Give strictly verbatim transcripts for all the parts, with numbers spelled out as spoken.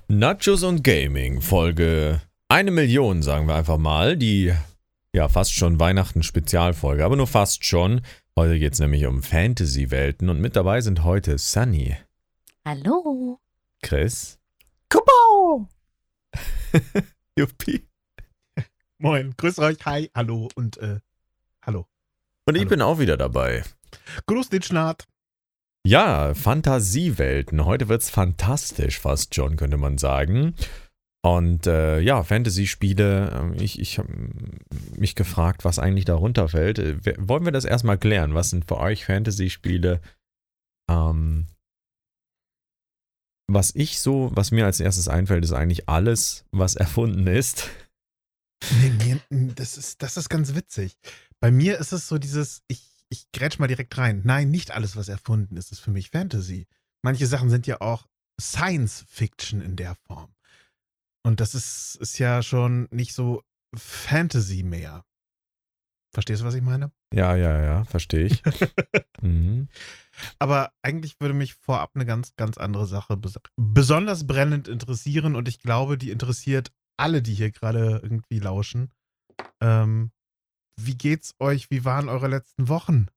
Nachos und Gaming, Folge eine Million, sagen wir einfach mal. Die, ja, fast schon Weihnachten-Spezialfolge, aber nur fast schon. Heute geht es nämlich um Fantasy-Welten und mit dabei sind heute Sunny. Hallo. Chris. Kupo! Juppie. Moin, grüß euch, hi, hallo und äh, hallo. Und ich Hallo. bin auch wieder dabei. Grüß dich, Schnart. Ja, Fantasiewelten. Heute wird's fantastisch fast schon, könnte man sagen. Und äh, ja, Fantasy-Spiele. äh, Ich, ich habe mich gefragt, was eigentlich darunter fällt. Äh, w- Wollen wir das erstmal klären? Was sind für euch Fantasy-Spiele? Ähm, was ich so, was mir als erstes einfällt, ist eigentlich alles, was erfunden ist. Nee, nee, das ist, das ist ganz witzig. Bei mir ist es so dieses, ich, ich grätsch mal direkt rein. Nein, nicht alles, was erfunden ist, ist für mich Fantasy. Manche Sachen sind ja auch Science-Fiction in der Form. Und das ist, ist ja schon nicht so Fantasy mehr. Verstehst du, was ich meine? Ja, ja, ja, verstehe ich. mhm. Aber eigentlich würde mich vorab eine ganz, ganz andere Sache bes- besonders brennend interessieren und ich glaube, die interessiert alle, die hier gerade irgendwie lauschen. Ähm, wie geht's euch? Wie waren eure letzten Wochen?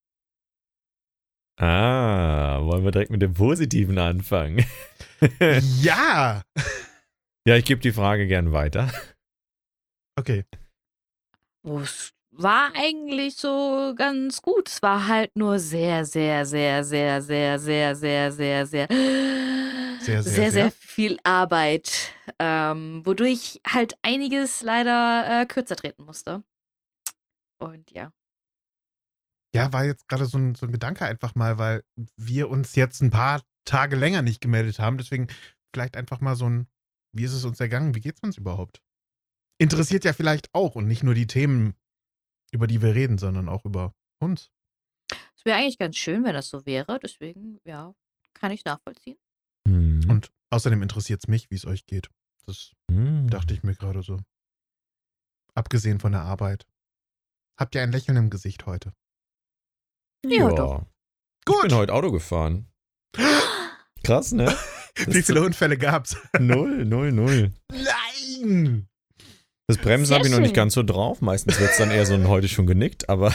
Ah, wollen wir direkt mit dem Positiven anfangen? Ja! Ja, ich gebe die Frage gern weiter. Okay. Es war eigentlich so ganz gut. Es war halt nur sehr, sehr, sehr, sehr, sehr, sehr, sehr, sehr, sehr, sehr, sehr, sehr viel Arbeit, ähm, wodurch halt einiges leider äh, kürzer treten musste. Und ja. Ja, war jetzt gerade so ein, so ein Gedanke einfach mal, weil wir uns jetzt ein paar Tage länger nicht gemeldet haben. Deswegen vielleicht einfach mal so ein, wie ist es uns ergangen? Wie geht's uns überhaupt? Interessiert ja vielleicht auch und nicht nur die Themen, über die wir reden, sondern auch über uns. Es wäre eigentlich ganz schön, wenn das so wäre. Deswegen, ja, kann ich nachvollziehen. Mhm. Und außerdem interessiert es mich, wie es euch geht. Das Mhm. dachte ich mir gerade so. Abgesehen von der Arbeit. Habt ihr ein Lächeln im Gesicht heute? Ja, doch. Ich bin heute Auto gefahren. Krass, ne? Wie viele Unfälle gab's? Null, null, null. Nein! Das Bremsen Sehr habe ich noch nicht schön. ganz so drauf. Meistens wird es dann eher so ein heute schon genickt, aber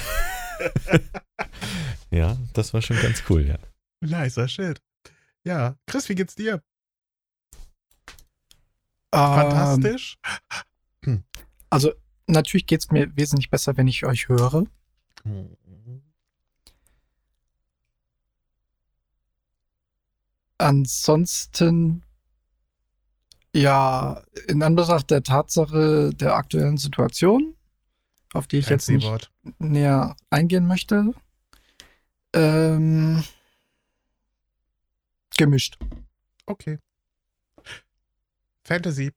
ja, das war schon ganz cool, ja. Nicer Shit. Ja, Chris, wie geht's dir? Ähm, Fantastisch? Also natürlich geht es mir wesentlich besser, wenn ich euch höre. Ansonsten, ja, in Anbetracht der Tatsache der aktuellen Situation, auf die ich Kein jetzt nicht C-Wort. näher eingehen möchte, ähm, gemischt. Okay. Fantasy.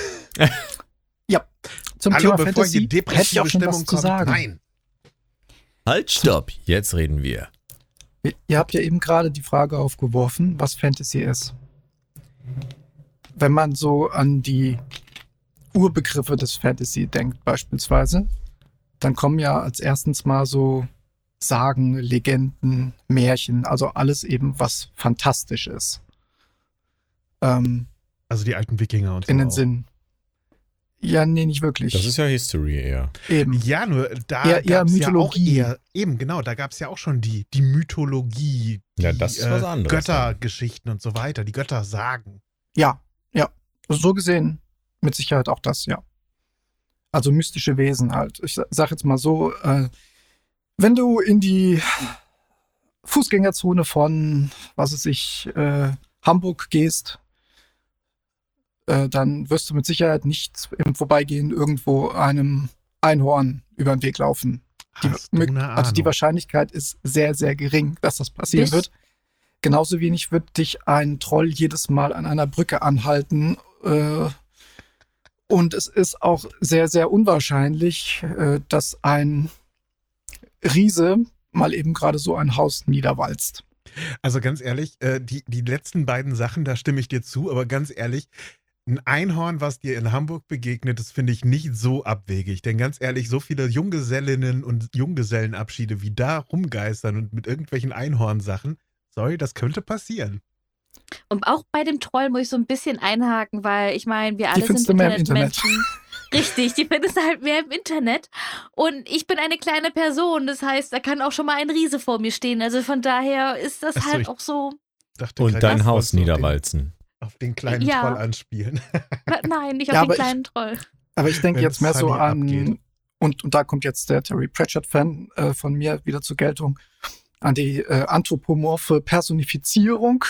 Zum Hallo, Thema bevor Fantasy hier depressive hätte ich auch schon Stimmung was zu kommt. sagen. Nein. Halt, stopp, jetzt reden wir. Ihr- Ihr habt ja eben gerade die Frage aufgeworfen, was Fantasy ist. Wenn man so an die Urbegriffe des Fantasy denkt beispielsweise, dann kommen ja als erstens mal so Sagen, Legenden, Märchen, also alles eben, was fantastisch ist, ähm, Also die alten Wikinger und so. in den auch. Sinn. Ja, nee, nicht wirklich. Das ist ja History eher. eben. Ja, nur da Eher- eher gab's Mythologie. ja auch eher, eben genau, da gab es ja auch schon die, die Mythologie, die Ja, das ist was anderes Göttergeschichten und so weiter, die Göttersagen. Ja, ja. So gesehen mit Sicherheit auch das, ja. Also mystische Wesen halt. Ich sa- sag jetzt mal so, äh, wenn du in die Fußgängerzone von, was weiß ich, äh, Hamburg gehst, äh, dann wirst du mit Sicherheit nicht im Vorbeigehen irgendwo einem Einhorn über den Weg laufen. Die, Hast du eine also die Ahnung? Wahrscheinlichkeit ist sehr, sehr gering, dass das passieren Bis- wird. Genauso wenig wird dich ein Troll jedes Mal an einer Brücke anhalten. Äh, und es ist auch sehr, sehr unwahrscheinlich, äh, dass ein Riese mal eben gerade so ein Haus niederwalzt. Also ganz ehrlich, äh, die, die letzten beiden Sachen, da stimme ich dir zu, aber ganz ehrlich, ein Einhorn, was dir in Hamburg begegnet, das finde ich nicht so abwegig. Denn ganz ehrlich, so viele Junggesellinnen und Junggesellenabschiede wie da rumgeistern und mit irgendwelchen Einhornsachen, sorry, das könnte passieren. Und auch bei dem Troll muss ich so ein bisschen einhaken, weil ich meine, wir alle findest sind du mehr im Internetmenschen. Richtig, die findest du halt mehr im Internet. Und ich bin eine kleine Person, das heißt, da kann auch schon mal ein Riese vor mir stehen. Also von daher ist das Ach so, halt ich auch so. dachte Und gerade, dein das Haus wolltest du auf den- niederwalzen. Auf den kleinen Ja. Troll anspielen. Nein, nicht auf Ja, den aber ich- kleinen Troll. Aber ich denke Wenn jetzt mehr so Sunny an, abgeht. und, und da kommt jetzt der Terry Pratchett-Fan äh, von mir wieder zur Geltung, an die äh, anthropomorphe Personifizierung.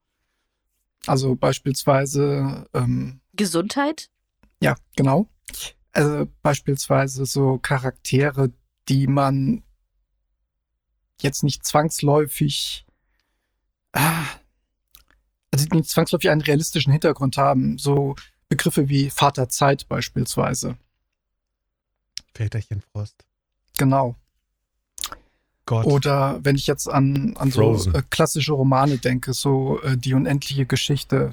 Also beispielsweise, ähm, Gesundheit? ja, genau. Also beispielsweise so Charaktere, die man jetzt nicht zwangsläufig, ah, also die nicht zwangsläufig einen realistischen Hintergrund haben. So Begriffe wie Vater Zeit beispielsweise. Väterchen Frost. Genau. Gott. Oder wenn ich jetzt an, an so Frozen. äh, klassische Romane denke, so äh, die unendliche Geschichte.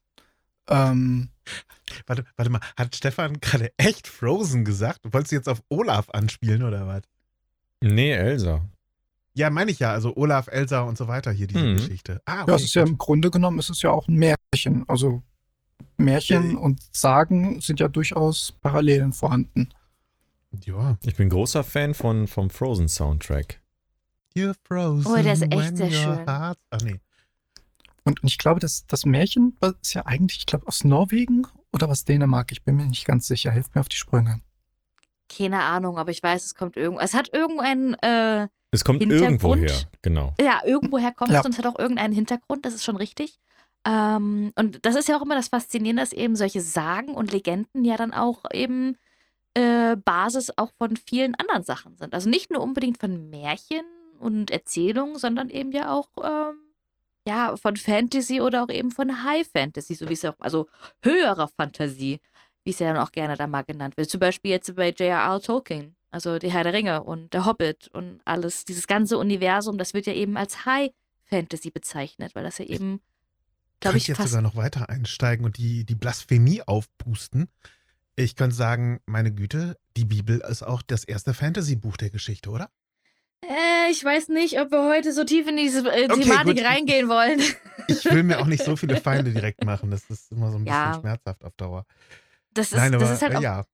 Ähm, Warte, warte mal, hat Stefan gerade echt Frozen gesagt? Wolltest du jetzt auf Olaf anspielen oder was? Nee, Elsa. Ja, meine ich ja, also Olaf, Elsa und so weiter hier, diese Mhm. Geschichte. Ah, ja, es ist ja im Grunde genommen, ist es ja auch ein Märchen. Also Märchen Äh. und Sagen sind ja durchaus Parallelen vorhanden. ja. Ich bin großer Fan von, vom Frozen-Soundtrack. You're frozen Oh, der ist echt when sehr your schön. heart- Ach nee. Und, und ich glaube, das, das Märchen ist ja eigentlich, ich glaube, aus Norwegen oder aus Dänemark. Ich bin mir nicht ganz sicher. Hilft mir auf die Sprünge. Keine Ahnung, aber ich weiß, es kommt irgendwo. Es hat irgendeinen, äh, Es kommt Hintergrund. irgendwo her, genau. ja, irgendwoher kommt es Ja. und es hat auch irgendeinen Hintergrund, das ist schon richtig. Ähm, und das ist ja auch immer das Faszinierende, dass eben solche Sagen und Legenden ja dann auch eben äh, Basis auch von vielen anderen Sachen sind. Also nicht nur unbedingt von Märchen und Erzählungen, sondern eben ja auch ähm, ja, von Fantasy oder auch eben von High Fantasy, so wie es ja auch, also höherer Fantasie, wie es ja dann auch gerne da mal genannt wird. Zum Beispiel jetzt bei J R R. Tolkien, also die Herr der Ringe und der Hobbit und alles, dieses ganze Universum, das wird ja eben als High Fantasy bezeichnet, weil das ja eben, glaube Kann ich, ich jetzt fast. sogar noch weiter einsteigen und die, die Blasphemie aufpusten? Ich könnte sagen, meine Güte, die Bibel ist auch das erste Fantasy-Buch der Geschichte, oder? Äh, ich weiß nicht, ob wir heute so tief in diese äh, Okay, Thematik gut. reingehen wollen. Ich will mir auch nicht so viele Feinde direkt machen. Das ist immer so ein bisschen Ja. schmerzhaft auf Dauer. Das ist, Nein, aber das ist halt äh, auch ja.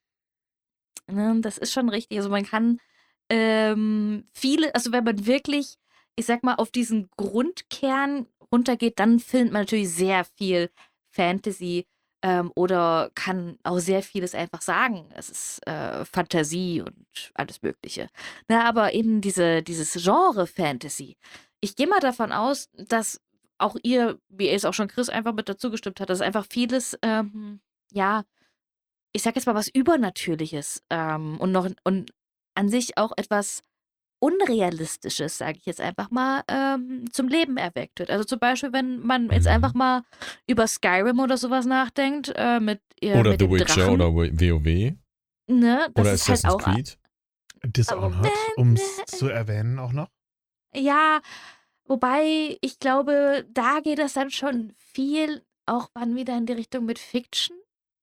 Ne, das ist schon richtig. Also man kann ähm, viele, also wenn man wirklich, ich sag mal, auf diesen Grundkern runtergeht, dann findet man natürlich sehr viel Fantasy ähm, oder kann auch sehr vieles einfach sagen. Es ist äh, Fantasie und alles Mögliche. Na, aber eben diese, dieses Genre Fantasy. Ich gehe mal davon aus, dass auch ihr, wie es auch schon Chris einfach mit dazu gestimmt hat, dass einfach vieles, ähm, ja, ich sag jetzt mal was Übernatürliches ähm, und noch und an sich auch etwas Unrealistisches, sage ich jetzt einfach mal, ähm, zum Leben erweckt wird. Also zum Beispiel, wenn man jetzt Mhm. einfach mal über Skyrim oder sowas nachdenkt, äh, mit, äh, Oder mit The dem Witcher Drachen, oder WoW. ne, das Oder ist halt Assassin's auch, Creed. Dishonored, um es zu erwähnen auch noch. ja, wobei ich glaube, da geht es dann schon viel auch wann wieder in die Richtung mit Fiction.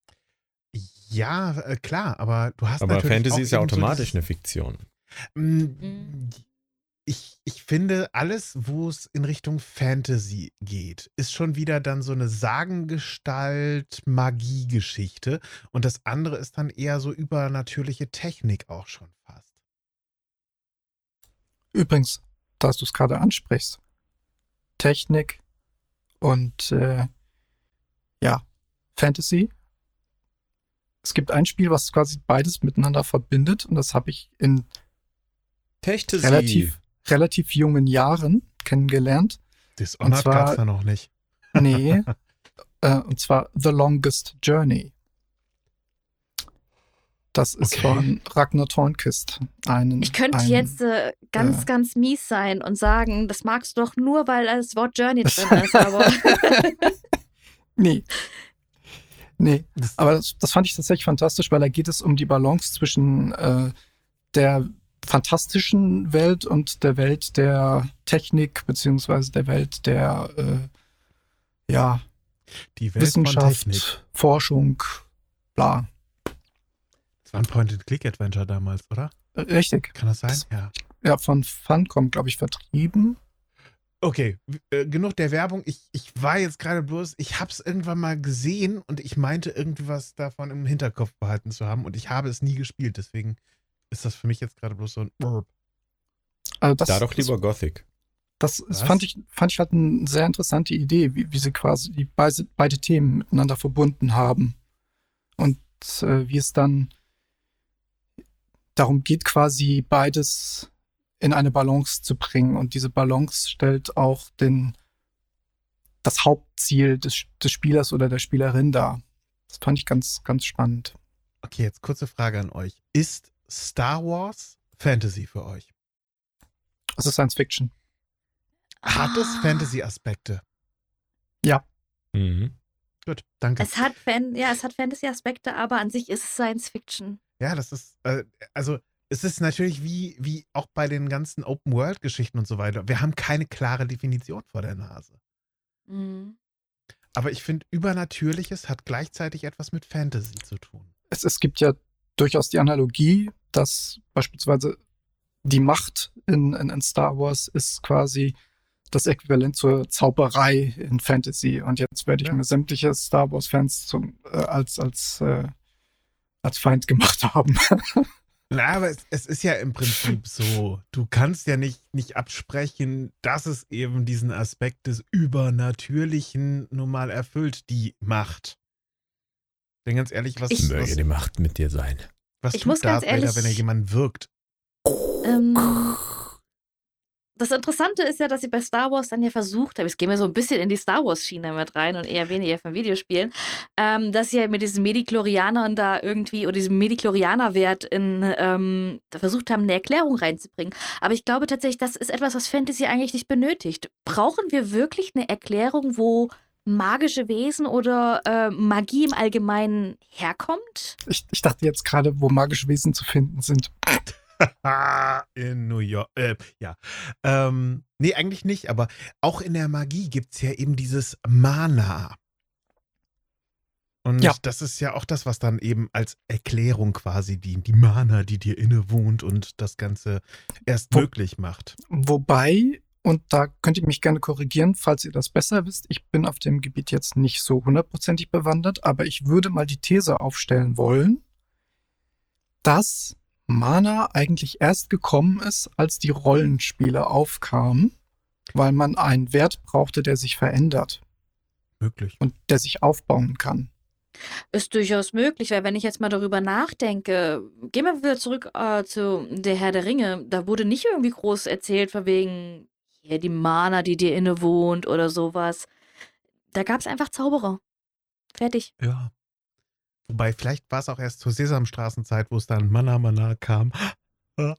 Ja, äh, klar, aber du hast Aber natürlich Fantasy auch ist ja eben so automatisch dieses- eine Fiktion. Mm, Mhm. Ich, ich finde, alles, wo es in Richtung Fantasy geht, ist schon wieder dann so eine Sagengestalt, Magie-Geschichte. Und das andere ist dann eher so übernatürliche Technik auch schon fast. Übrigens, dass du es gerade ansprichst, Technik und äh, ja, Fantasy. Es gibt ein Spiel, was quasi beides miteinander verbindet und das habe ich in Fantasy. relativ, relativ jungen Jahren kennengelernt. Dishonored Und zwar- gab es da noch nicht. Nee, äh, und zwar The Longest Journey. Das ist Okay. von Ragnar Tornquist. Einen, Ich könnte ein, jetzt äh, ganz, äh, ganz mies sein und sagen, das magst du doch nur, weil das Wort Journey drin ist, aber Nee. Nee, Das- aber das, das fand ich tatsächlich fantastisch, weil da geht es um die Balance zwischen äh, der fantastischen Welt und der Welt der Technik, beziehungsweise der Welt der äh, ja, Die Welt von Technik. Wissenschaft, Forschung, bla. Das war ein Point-and-Click-Adventure damals, oder? Äh, Richtig. Kann das sein? Das- Ja. Ja, von Funcom, glaube ich, vertrieben. Okay, äh, genug der Werbung. Ich, ich war jetzt gerade bloß, ich habe es irgendwann mal gesehen und ich meinte irgendwas davon im Hinterkopf behalten zu haben und ich habe es nie gespielt. Deswegen ist das für mich jetzt gerade bloß so ein Burp. Also das, Da doch lieber Gothic. Das, das Was? fand ich, fand ich halt eine sehr interessante Idee, wie, wie sie quasi die beide, beide Themen miteinander verbunden haben. Und äh, wie es dann darum geht, quasi beides in eine Balance zu bringen. Und diese Balance stellt auch den, das Hauptziel des, des Spielers oder der Spielerin dar. Das fand ich ganz, ganz spannend. Okay, jetzt kurze Frage an euch. Ist Star Wars Fantasy für euch? Das ist Science Fiction. Hat es Ah. Fantasy-Aspekte? Ja. Mhm. Gut, danke. Es hat Fan, ja, es hat Fantasy-Aspekte, aber an sich ist es Science Fiction. Ja, das ist, äh, also es ist natürlich wie, wie auch bei den ganzen Open-World-Geschichten und so weiter. Wir haben keine klare Definition vor der Nase. Mhm. Aber ich finde, Übernatürliches hat gleichzeitig etwas mit Fantasy zu tun. Es, es gibt ja durchaus die Analogie, dass beispielsweise die Macht in, in, in Star Wars ist quasi das Äquivalent zur Zauberei in Fantasy. Und jetzt werde ich Ja. mir sämtliche Star Wars-Fans zum, äh, als, als, äh, als Feind gemacht haben. Na, aber es, es ist ja im Prinzip so, du kannst ja nicht, nicht absprechen, dass es eben diesen Aspekt des Übernatürlichen nun mal erfüllt, die Macht. Denn ganz ehrlich, was, Ich- Möge was, die Macht mit dir sein. was Ich tut muss ganz Darth Vader, ehrlich- wenn er jemanden wirkt? Ähm, das Interessante ist ja, dass sie bei Star Wars dann ja versucht haben, jetzt gehen wir so ein bisschen in die Star Wars-Schiene mit rein und eher weniger von Videospielen, ähm, dass sie ja mit diesen Mediklorianern da irgendwie oder diesem Mediklorianer-Wert in, ähm, da versucht haben, eine Erklärung reinzubringen. Aber ich glaube tatsächlich, das ist etwas, was Fantasy eigentlich nicht benötigt. Brauchen wir wirklich eine Erklärung, wo magische Wesen oder äh, Magie im Allgemeinen herkommt? Ich, ich dachte jetzt gerade, wo magische Wesen zu finden sind. In New York. Äh, ja. Ähm, nee, eigentlich nicht, aber auch in der Magie gibt es ja eben dieses Mana. Und Ja. das ist ja auch das, was dann eben als Erklärung quasi dient. Die Mana, die dir innewohnt und das Ganze erst Wo- möglich macht. Wobei, und da könnt ihr mich gerne korrigieren, falls ihr das besser wisst, ich bin auf dem Gebiet jetzt nicht so hundertprozentig bewandert, aber ich würde mal die These aufstellen wollen, dass Mana eigentlich erst gekommen ist, als die Rollenspiele aufkamen, weil man einen Wert brauchte, der sich verändert Möglich. und der sich aufbauen kann. Ist durchaus möglich, weil wenn ich jetzt mal darüber nachdenke, gehen wir wieder zurück äh, zu Der Herr der Ringe, da wurde nicht irgendwie groß erzählt, von wegen hier die Mana, die dir innewohnt oder sowas. Da gab es einfach Zauberer. Fertig. Ja. Wobei, vielleicht war es auch erst zur Sesamstraßenzeit, wo es dann Mana Mana kam. Äh,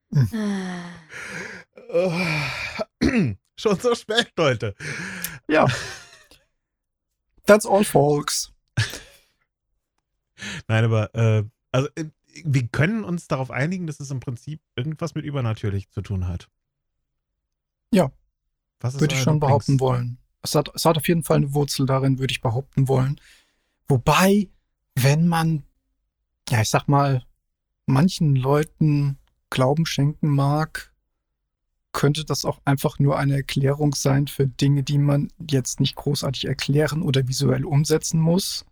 Oh. Schon so spät, Leute. Ja. That's all, folks. Nein, aber äh, also äh, wir können uns darauf einigen, dass es im Prinzip irgendwas mit übernatürlich zu tun hat. Ja. Was ist Würde ich euer schon Lieblings- behaupten wollen. Es hat, es hat auf jeden Fall eine Wurzel darin, würde ich behaupten wollen. Wobei, wenn man, ja, ich sag mal, manchen Leuten Glauben schenken mag, könnte das auch einfach nur eine Erklärung sein für Dinge, die man jetzt nicht großartig erklären oder visuell umsetzen muss.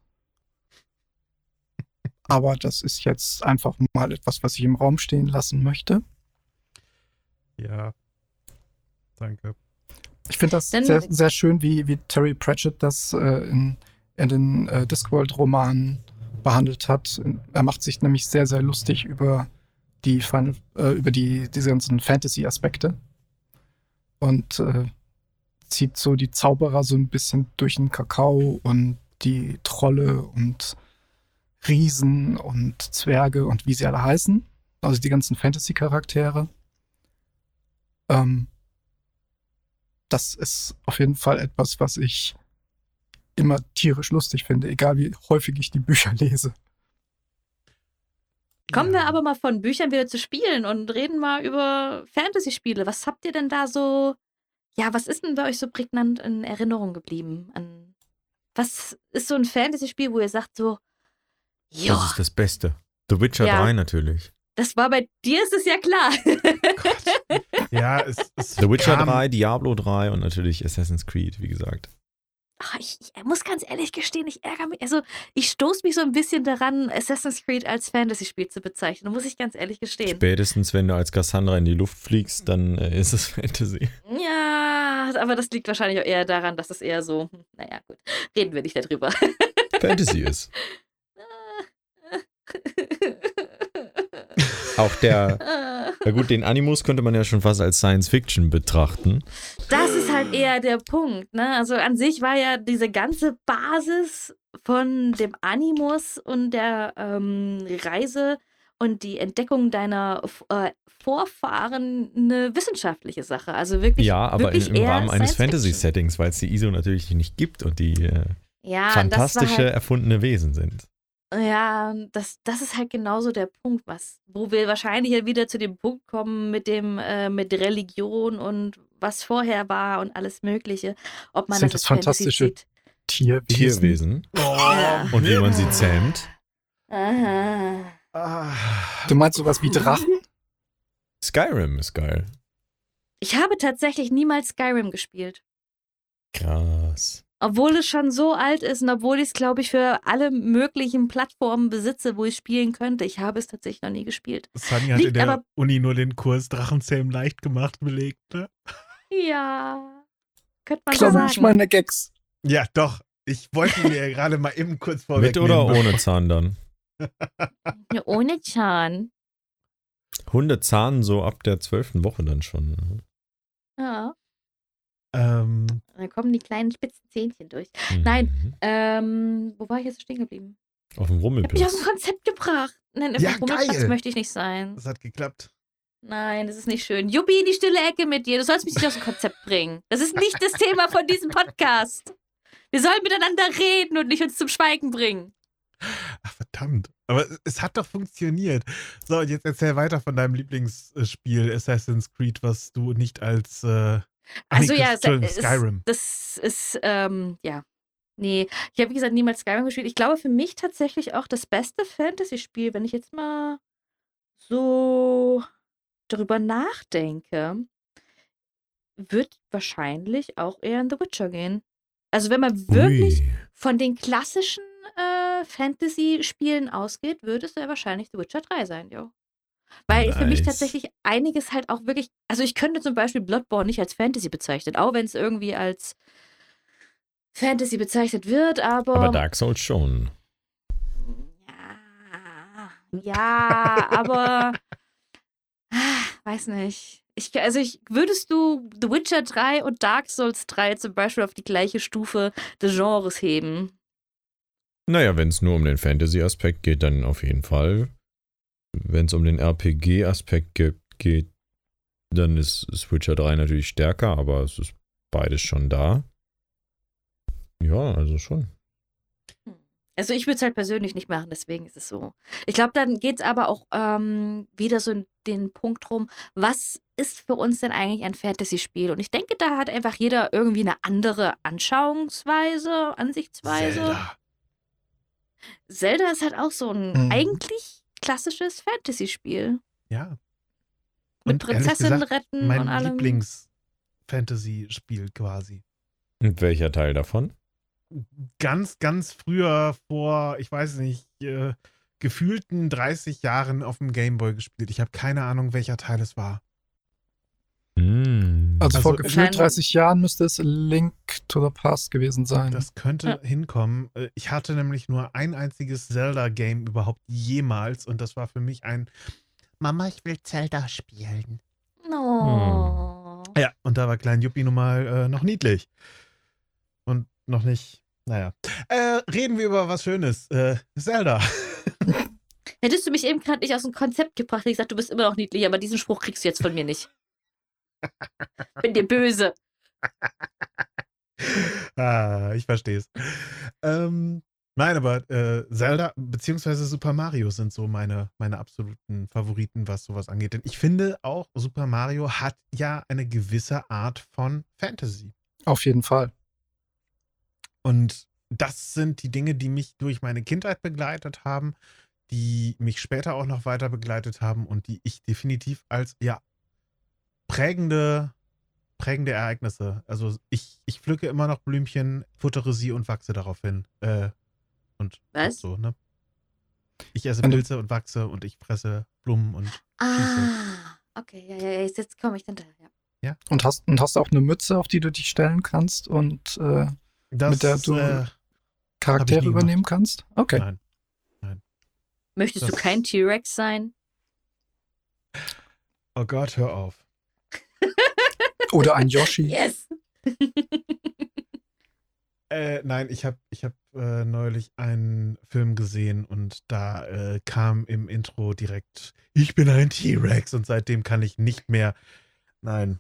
Aber das ist jetzt einfach mal etwas, was ich im Raum stehen lassen möchte. Ja. Danke. Ich finde das Denn- sehr, sehr schön, wie, wie Terry Pratchett das äh, in, in den äh, Discworld-Romanen behandelt hat. Er macht sich nämlich sehr, sehr lustig über die, Final, äh, über die diese ganzen Fantasy-Aspekte und äh, zieht so die Zauberer so ein bisschen durch den Kakao und die Trolle und Riesen und Zwerge und wie sie alle heißen. Also die ganzen Fantasy-Charaktere. Ähm, das ist auf jeden Fall etwas, was ich immer tierisch lustig finde, egal wie häufig ich die Bücher lese. Kommen wir Ja. aber mal von Büchern wieder zu Spielen und reden mal über Fantasy-Spiele. Was habt ihr denn da so, ja, was ist denn bei euch so prägnant in Erinnerung geblieben? An, was ist so ein Fantasy-Spiel, wo ihr sagt so, Das ja, ist das Beste. The Witcher Ja. drei natürlich. das war bei dir, ist es ja klar. Ja, es, es The Witcher kam, drei, Diablo drei und natürlich Assassin's Creed, wie gesagt. Ach, ich, ich muss ganz ehrlich gestehen, ich ärgere mich. Also, ich stoße mich so ein bisschen daran, Assassin's Creed als Fantasy-Spiel zu bezeichnen. Muss ich ganz ehrlich gestehen. Spätestens, wenn du als Cassandra in die Luft fliegst, dann äh, ist es Fantasy. Ja, aber das liegt wahrscheinlich auch eher daran, dass es eher so, hm, naja, gut, reden wir nicht darüber. Fantasy ist. Auch der, ja gut, den Animus könnte man ja schon fast als Science-Fiction betrachten. Das ist halt eher der Punkt, ne? Also an sich war ja diese ganze Basis von dem Animus und der ähm, Reise und die Entdeckung deiner äh, Vorfahren eine wissenschaftliche Sache. Also wirklich, Ja, aber wirklich in, im eher Rahmen eines Science-Fiction. Fantasy-Settings, weil es die I S O natürlich nicht gibt und die äh, Ja, das war fantastische, halt, erfundene Wesen sind. ja, das, das ist halt genauso der Punkt, was, wo wir wahrscheinlich ja wieder zu dem Punkt kommen mit dem, äh, mit Religion und was vorher war und alles Mögliche. Ob man Sind das das als Fantasy fantastische sieht. Tierwesen. Tierwesen. Ja. Und wie man sie zähmt. Aha. Ah, Du meinst sowas wie Drachen? Skyrim ist geil. Ich habe tatsächlich niemals Skyrim gespielt. Krass. Obwohl es schon so alt ist und obwohl ich es, glaube ich, für alle möglichen Plattformen besitze, wo ich spielen könnte. Ich habe es tatsächlich noch nie gespielt. Sunny hat in Liegt der aber- Uni nur den Kurs Drachenzähmen leicht gemacht belegt, ne? Ja. Könnte man so Glaube sagen. nicht meine Gags. Ja, doch. Ich wollte mir gerade mal eben kurz vorweg Mit oder ohne Zahn dann? Ja, ohne Zahn. Hunde zahnen so ab der zwölften Woche dann schon. ne? Ja. Ähm, Da kommen die kleinen spitzen Zähnchen durch. Mhm. Nein. Ähm, wo war ich jetzt stehen geblieben? Auf dem Ich habe mich aus Rummelplatz. dem Konzept gebracht. Nein, auf Ja, dem Rummelplatz geil. möchte ich nicht sein. das hat geklappt. Nein, das ist nicht schön. Juppie, die stille Ecke mit dir. Du sollst mich nicht aus dem Konzept bringen. Das ist nicht das Thema von diesem Podcast. Wir sollen miteinander reden und nicht uns zum Schweigen bringen. Ach, verdammt. Aber es hat doch funktioniert. So, und jetzt erzähl weiter von deinem Lieblingsspiel Assassin's Creed, was du nicht als äh, ach Also nee, ja, Entschuldigung, es- Skyrim. Das ist, ähm, ja. Nee, ich habe wie gesagt niemals Skyrim gespielt. Ich glaube für mich tatsächlich auch das beste Fantasy-Spiel, wenn ich jetzt mal so darüber nachdenke, wird wahrscheinlich auch eher in The Witcher gehen. Also wenn man wirklich Ui. von den klassischen äh, Fantasy-Spielen ausgeht, würde es ja wahrscheinlich The Witcher drei sein, jo. Weil für mich Nice. tatsächlich einiges halt auch wirklich, also ich könnte zum Beispiel Bloodborne nicht als Fantasy bezeichnen, auch wenn es irgendwie als Fantasy bezeichnet wird, aber, Aber Dark Souls schon. ja, ja, aber ah, weiß nicht. Ich, also ich, würdest du The Witcher drei und Dark Souls drei zum Beispiel auf die gleiche Stufe des Genres heben? Naja, wenn es nur um den Fantasy-Aspekt geht, dann auf jeden Fall. Wenn es um den R P G-Aspekt ge- geht, dann ist ist Witcher drei natürlich stärker, aber es ist beides schon da. Ja, also schon. Also ich würde es halt persönlich nicht machen, deswegen ist es so. Ich glaube, dann geht es aber auch ähm, wieder so in den Punkt rum, was ist für uns denn eigentlich ein Fantasy-Spiel? Und ich denke, da hat einfach jeder irgendwie eine andere Anschauungsweise, Ansichtsweise. Zelda. Zelda ist halt auch so ein Mhm. eigentlich klassisches Fantasy-Spiel. Ja. Mit Und ehrlich Prinzessinnen gesagt, retten mein und allem. Lieblings-Fantasy-Spiel quasi. Und welcher Teil davon? Ganz, ganz früher vor, ich weiß nicht, äh, gefühlten dreißig Jahren auf dem Gameboy gespielt. Ich habe keine Ahnung, welcher Teil es war. Mm. Also, vor Also, gefühlt Schein- dreißig Jahren müsste es Link to the Past gewesen sein. Das könnte hinkommen. Äh, Ich hatte nämlich nur ein einziges Zelda-Game überhaupt jemals und das war für mich ein Mama, ich will Zelda spielen. Oh. Ja, und da war Klein Juppie nun mal äh, noch niedlich. Und noch nicht, naja. Äh, reden wir über was Schönes. Äh, Zelda. Hättest du mich eben gerade nicht aus dem Konzept gebracht, hätte ich gesagt, du bist immer noch niedlich, aber diesen Spruch kriegst du jetzt von mir nicht. Bin dir böse. ah, ich verstehe es. Ähm, nein, aber äh, Zelda bzw. Super Mario sind so meine, meine absoluten Favoriten, was sowas angeht. Denn ich finde auch, Super Mario hat ja eine gewisse Art von Fantasy. Auf jeden Fall. Und das sind die Dinge, die mich durch meine Kindheit begleitet haben, die mich später auch noch weiter begleitet haben und die ich definitiv als, ja, prägende, prägende Ereignisse. Also ich, ich pflücke immer noch Blümchen, futtere sie und wachse darauf hin. Äh, und Was? so, ne? Ich esse Wenn du- Pilze und wachse und ich fresse Blumen und Ah, okay, ja, ja, ja, jetzt komme ich hinterher. Ja. Und hast, und hast auch eine Mütze, auf die du dich stellen kannst und äh, das, Mit der du- äh, Charaktere nie übernehmen kannst? Okay. nein. Möchtest Das- du kein T-Rex sein? Oh Gott, hör auf. Oder ein Yoshi. Yes! Äh, nein, ich habe ich hab, äh, neulich einen Film gesehen und da äh, kam im Intro direkt, ich bin ein T-Rex und seitdem kann ich nicht mehr. Nein.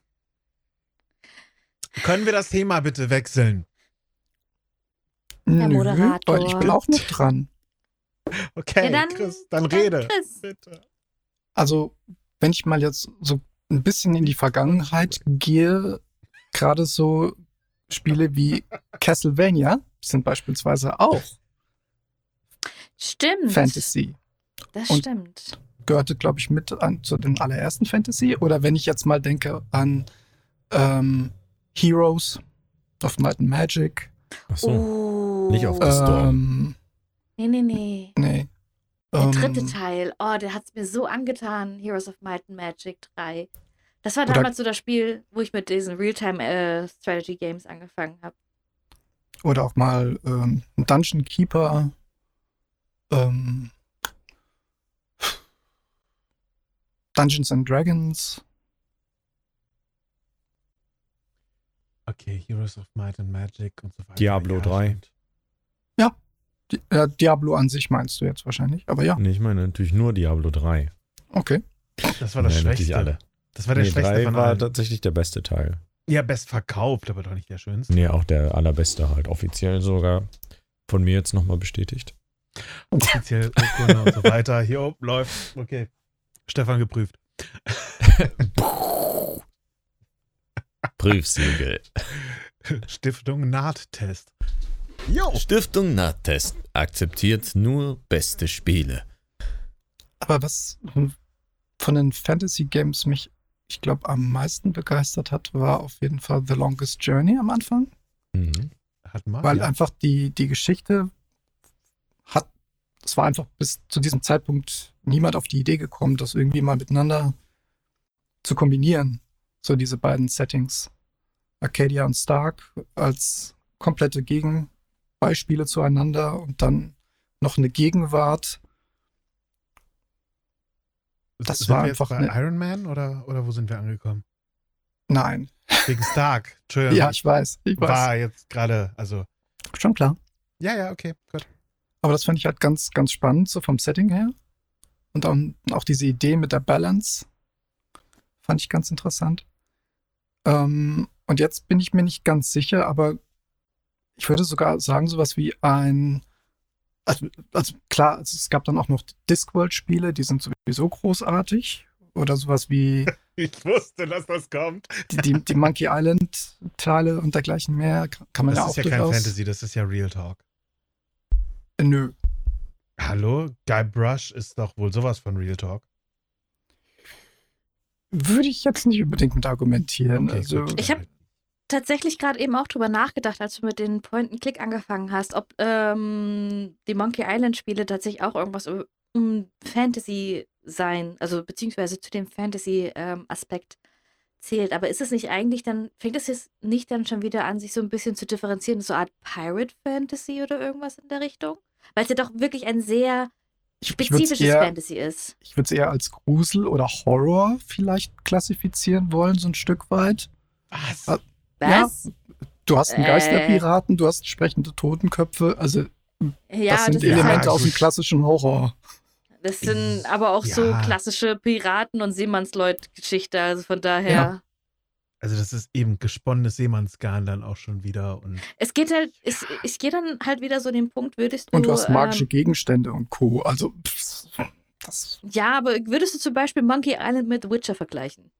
Können wir das Thema bitte wechseln? Nö, Moderator. weil ich bin auch noch dran. Okay, Ja, dann- Chris, dann dann rede. Chris. Bitte. Also, wenn ich mal jetzt so ein bisschen in die Vergangenheit gehe, gerade so Spiele wie Castlevania sind beispielsweise auch Stimmt. Fantasy. Das Und- stimmt. Gehörte, glaube ich, mit an, zu den allerersten Fantasy. Oder wenn ich jetzt mal denke an ähm, Heroes of Might and Magic. Achso. Oh. nicht auf das Storm. Ähm, Nee, nee, nee. nee. Der Ähm, dritte Teil. Oh, der hat es mir so angetan. Heroes of Might and Magic drei. Das war Oder- damals so das Spiel, wo ich mit diesen Realtime-Strategy-Games angefangen habe. Oder auch mal ähm, Dungeon Keeper. Ähm, Dungeons and Dragons. Okay, Heroes of Might and Magic und so weiter. Diablo Ja, drei. stimmt. Di äh, Diablo an sich meinst du jetzt wahrscheinlich. Aber ja, Nee, ich meine natürlich nur Diablo drei. okay. Das war das Nee, natürlich Schwächste. alle. Das war der Nee, Schwächste drei von war allen. tatsächlich der beste Teil. Ja, best verkauft, aber doch nicht der schönste. Nee, auch der allerbeste halt. Offiziell sogar von mir jetzt nochmal bestätigt. Offiziell Urkunde und so weiter. Hier oben läuft. Okay. Stefan geprüft. Prüfsiegel. Stiftung Nahttest. Jo. Stiftung Nahtest akzeptiert nur beste Spiele. Aber was von den Fantasy Games mich, ich glaube, am meisten begeistert hat, war auf jeden Fall The Longest Journey am Anfang. Mhm. Hat mal. Weil ja. einfach die, die Geschichte hat, es war einfach bis zu diesem Zeitpunkt niemand auf die Idee gekommen, das irgendwie mal miteinander zu kombinieren. So diese beiden Settings. Arcadia und Stark als komplette Gegenbeispiele zueinander und dann noch eine Gegenwart. das Sind war wir jetzt einfach bei eine- Iron Man oder, oder wo sind wir angekommen? Nein. Wegen Stark. Entschuldigung. Ja, ich weiß. Ich weiß. war jetzt gerade, also. Schon klar. Ja, ja, okay, gut. Aber das fand ich halt ganz, ganz spannend, so vom Setting her. Und dann auch diese Idee mit der Balance fand ich ganz interessant. Ähm, und jetzt bin ich mir nicht ganz sicher, aber ich würde sogar sagen, sowas wie ein, also, also klar, also es gab dann auch noch Discworld-Spiele, die sind sowieso großartig. Oder sowas wie Ich wusste, dass das kommt. die, die, die Monkey Island-Teile und dergleichen mehr. Kann man Das ja auch ist ja kein durchaus. Fantasy, das ist ja Real Talk. Äh, Nö. Hallo? Guybrush ist doch wohl sowas von Real Talk. Würde ich jetzt nicht unbedingt mit argumentieren. Okay, also, gut. Ich hab- Tatsächlich gerade eben auch drüber nachgedacht, als du mit den Point-and-Click angefangen hast, ob ähm, die Monkey Island-Spiele tatsächlich auch irgendwas um- um Fantasy sein, also beziehungsweise zu dem Fantasy-Aspekt zählt. Aber ist es nicht eigentlich dann, fängt es jetzt nicht dann schon wieder an, sich so ein bisschen zu differenzieren, so eine Art Pirate-Fantasy oder irgendwas in der Richtung? Weil es ja doch wirklich ein sehr ich, ich würde es spezifisches eher, Fantasy ist. ich würd's eher als Grusel oder Horror vielleicht klassifizieren wollen, so ein Stück weit. Was? Ah, Was? Du hast einen Äh. Geisterpiraten, du hast sprechende Totenköpfe, also Ja, das sind ist Elemente ja aus dem gut. klassischen Horror. Das sind aber auch so Ja. klassische Piraten- und Seemannsleut-Geschichte. Also von daher. Ja. Also das ist eben gesponnenes Seemannsgarn dann auch schon wieder. Und Es geht halt, es, ich gehe dann halt wieder so den Punkt, würdest du. Und du hast magische Ähm, Gegenstände und Co. Also, pff, das, ja, aber würdest du zum Beispiel Monkey Island mit The Witcher vergleichen?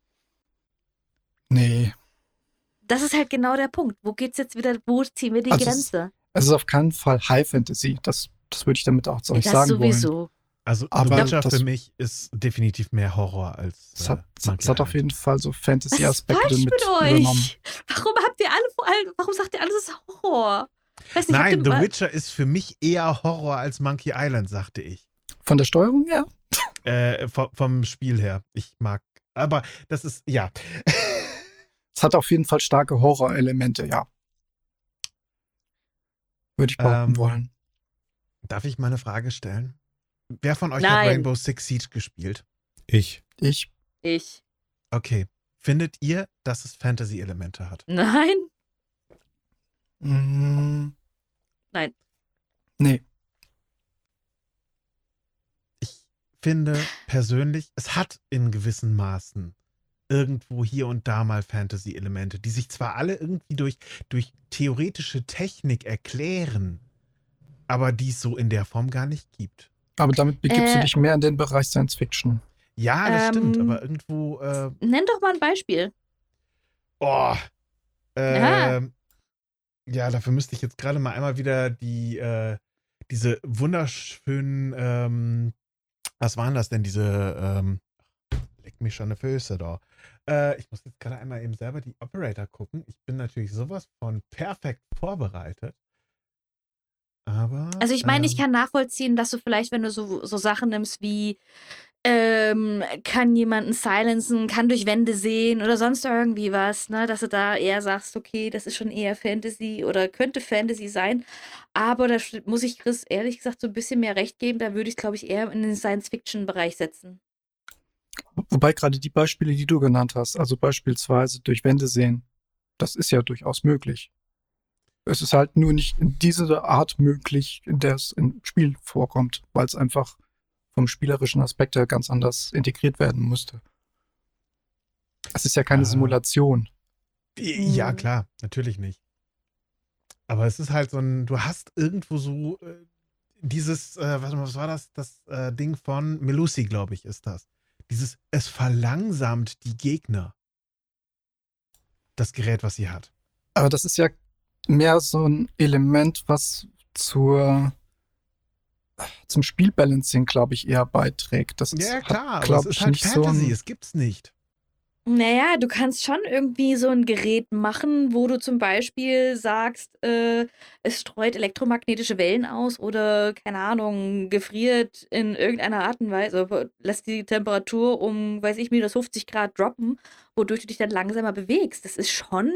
nee. Das ist halt genau der Punkt. Wo geht's jetzt wieder, wo ziehen wir die Also es- Grenze? Es ist auf keinen Fall High Fantasy. Das, das würde ich damit auch so nicht Das sagen wollen. sowieso. Also Aber The Witcher das- für mich ist definitiv mehr Horror als Es hat, äh, es Monkey hat auf Island. jeden Fall so Was ist Fantasy-Aspekte falsch mit mit übernommen. euch? Warum habt ihr alle vor allem, warum sagt ihr alles ist Horror? Ich weiß nicht, habt Nein, ihr The mal- Witcher ist für mich eher Horror als Monkey Island, sagte ich. Von der Steuerung her? Äh, vom, vom Spiel her. Ich mag, aber das ist, ja. Es hat auf jeden Fall starke Horrorelemente, ja. Würde ich behaupten Ähm, wollen. Darf ich mal eine Frage stellen? Wer von euch Nein. hat Rainbow Six Siege gespielt? Ich. Ich, Ich. Okay. Findet ihr, dass es Fantasy-Elemente hat? Nein. mm, Nein. nee. Ich finde persönlich, es hat in gewissen Maßen irgendwo hier und da mal Fantasy-Elemente, die sich zwar alle irgendwie durch, durch theoretische Technik erklären, aber die es so in der Form gar nicht gibt. Aber damit begibst Äh, du dich mehr in den Bereich Science Fiction. Ja, das stimmt, Ähm, aber irgendwo, äh, Nenn doch mal ein Beispiel. oh, Ja. ähm, ja, dafür müsste ich jetzt gerade mal einmal wieder die, äh, diese wunderschönen, ähm, was waren das denn, diese, ähm, leck mich schon eine Füße da. Äh, ich muss jetzt gerade einmal eben selber die Operator gucken. Ich bin natürlich sowas von perfekt vorbereitet. Aber. Also ich meine, ich ähm, kann nachvollziehen, dass du vielleicht, wenn du so, so Sachen nimmst wie ähm, kann jemanden silenzen, kann durch Wände sehen oder sonst irgendwie was, ne, dass du da eher sagst, okay, das ist schon eher Fantasy oder könnte Fantasy sein. Aber da st- muss ich Chris ehrlich gesagt so ein bisschen mehr recht geben. Da würde ich, glaube ich, eher in den Science-Fiction-Bereich setzen. Wobei gerade die Beispiele, die du genannt hast, also beispielsweise durch Wände sehen, das ist ja durchaus möglich. Es ist halt nur nicht in dieser Art möglich, in der es im Spiel vorkommt, weil es einfach vom spielerischen Aspekt her ganz anders integriert werden musste. Es ist ja keine Ah. Simulation. Ja, Mhm. klar, natürlich nicht. Aber es ist halt so ein, du hast irgendwo so äh, dieses, äh, warte mal, was war das? Das äh, Ding von Melusi, glaube ich, ist das. Dieses, es verlangsamt die Gegner. Das Gerät, was sie hat. Aber das ist ja mehr so ein Element, was zur zum Spielbalancing, glaube ich, eher beiträgt. Das ist, Ja, klar, hat, aber glaub es ist ich, halt nicht so Fantasy, ein, es gibt's nicht. Naja, du kannst schon irgendwie so ein Gerät machen, wo du zum Beispiel sagst, äh, es streut elektromagnetische Wellen aus oder, keine Ahnung, gefriert in irgendeiner Art und Weise, aber lässt die Temperatur um, weiß ich, minus fünfzig Grad droppen, wodurch du dich dann langsamer bewegst. Das ist schon.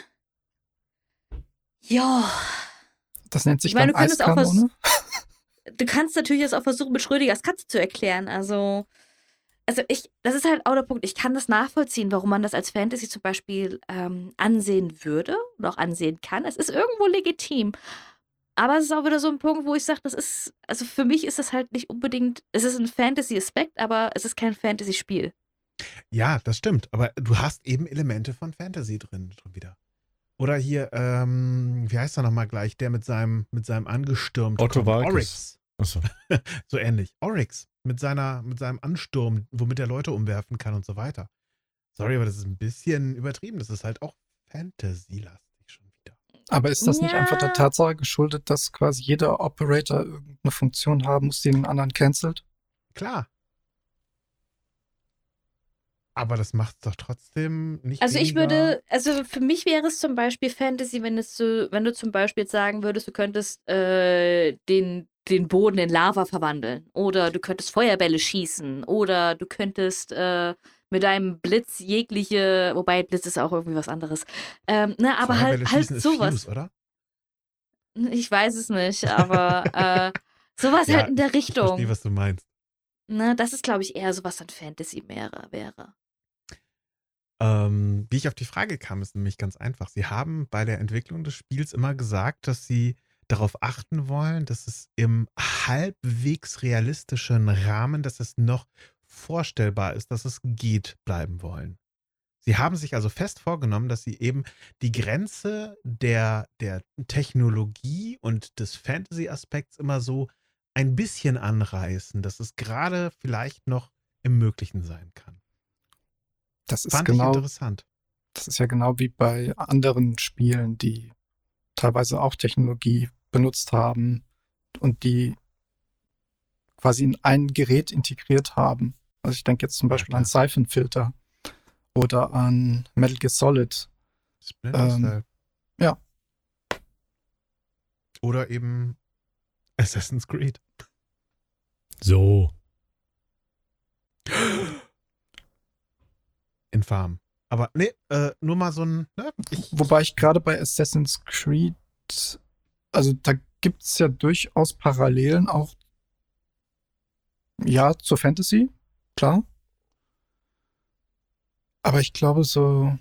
Ja. das nennt sich Ich meine, dann du könntest auch was- Eiskanone. Du kannst natürlich jetzt auch versuchen, mit Schrödingers Katze zu erklären. Also, also ich, das ist halt auch der Punkt. Ich kann das nachvollziehen, warum man das als Fantasy zum Beispiel ähm, ansehen würde oder auch ansehen kann. Es ist irgendwo legitim. Aber es ist auch wieder so ein Punkt, wo ich sage, das ist, also für mich ist das halt nicht unbedingt, es ist ein Fantasy-Aspekt, aber es ist kein Fantasy-Spiel. Ja, das stimmt. Aber du hast eben Elemente von Fantasy drin schon wieder. Oder hier, ähm, wie heißt er nochmal gleich, der mit seinem, mit seinem angestürmt Otto kommt? Walkes. Oryx. Achso. So ähnlich. Oryx. Mit seiner, mit seinem Ansturm, womit er Leute umwerfen kann und so weiter. Sorry, aber das ist ein bisschen übertrieben. Das ist halt auch Fantasy-lastig schon wieder. Aber ist das nicht einfach der Ja. Tatsache geschuldet, dass quasi jeder Operator irgendeine Funktion haben muss, die den anderen cancelt? Klar. Aber das macht es doch trotzdem nicht Also ich weniger- würde, also für mich wäre es zum Beispiel Fantasy, wenn es so, wenn du zum Beispiel jetzt sagen würdest, du könntest äh, den, den Boden in Lava verwandeln oder du könntest Feuerbälle schießen oder du könntest äh, mit einem Blitz jegliche, wobei Blitz ist auch irgendwie was anderes. Ähm, ne, aber Feuerbälle halt, halt schießen ist sowas. Fuse, oder? Ich weiß es nicht, aber äh, sowas Ja, halt in der Ich verstehe, Richtung. was du meinst. Ne, das ist, glaube ich, eher so was an Fantasy wäre. wäre. Ähm, wie ich auf die Frage kam, ist nämlich ganz einfach. Sie haben bei der Entwicklung des Spiels immer gesagt, dass sie darauf achten wollen, dass es im halbwegs realistischen Rahmen, dass es noch vorstellbar ist, dass es geht, bleiben wollen. Sie haben sich also fest vorgenommen, dass sie eben die Grenze der, der Technologie und des Fantasy-Aspekts immer so ein bisschen anreißen, dass es gerade vielleicht noch im Möglichen sein kann. Das ist Fand ich genau, interessant. das ist ja genau wie bei anderen Spielen, die teilweise auch Technologie benutzt haben und die quasi in ein Gerät integriert haben. Also ich denke jetzt zum Ja, Beispiel klar. an Siphon Filter oder an Metal Gear Solid. Splinter Ähm, Cell. ja. Oder eben Assassin's Creed. So. Infam. Aber nee, äh, nur mal so ein. Ne, ich, Wobei ich gerade bei Assassin's Creed, also da gibt es ja durchaus Parallelen auch, ja, zur Fantasy, klar. Aber ich glaube so,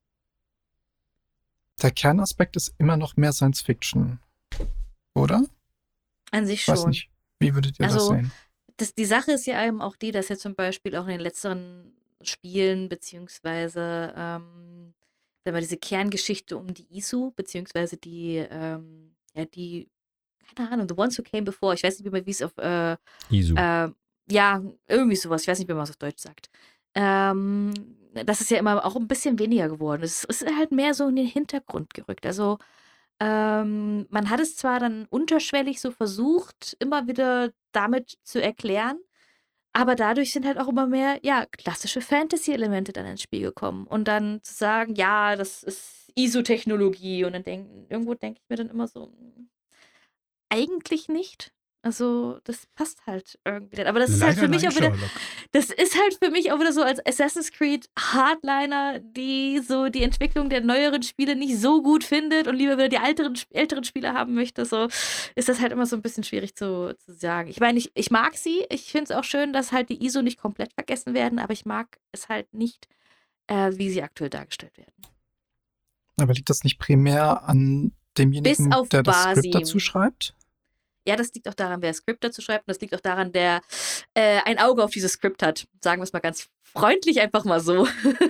der Kernaspekt ist immer noch mehr Science Fiction, oder? An sich Ich weiß schon. nicht, wie würdet ihr das Also, sehen? Das, die Sache ist ja eben auch die, dass ja zum Beispiel auch in den letzteren Spielen, beziehungsweise ähm, sagen wir, diese Kerngeschichte um die Isu, beziehungsweise die, ähm, ja, die, keine Ahnung, The Ones Who Came Before, ich weiß nicht mehr, wie es auf, äh, Isu. äh, ja, irgendwie sowas, ich weiß nicht, wie man es auf Deutsch sagt. Ähm, das ist ja immer auch ein bisschen weniger geworden. Es ist halt mehr so in den Hintergrund gerückt. Also, ähm, man hat es zwar dann unterschwellig so versucht, immer wieder damit zu erklären, aber dadurch sind halt auch immer mehr, ja, klassische Fantasy-Elemente dann ins Spiel gekommen. Und dann zu sagen, ja, das ist I S O-Technologie. Und dann denken, irgendwo denke ich mir dann immer so, hm, eigentlich nicht. Also, das passt halt irgendwie nicht. Aber das ist halt leider für mich nein, auch wieder, Sherlock. das ist halt für mich auch wieder so als Assassin's Creed Hardliner, die so die Entwicklung der neueren Spiele nicht so gut findet und lieber wieder die älteren, älteren Spiele haben möchte. So ist das halt immer so ein bisschen schwierig zu, zu sagen. Ich meine, ich, ich mag sie. Ich finde es auch schön, dass halt die I S O nicht komplett vergessen werden, aber ich mag es halt nicht, äh, wie sie aktuell dargestellt werden. Aber liegt das nicht primär an demjenigen, Bis auf der das Basim. Skript dazu schreibt? Ja, das liegt auch daran, wer das Skript dazu schreibt. Und das liegt auch daran, der äh, ein Auge auf dieses Skript hat. Sagen wir es mal ganz freundlich, einfach mal so.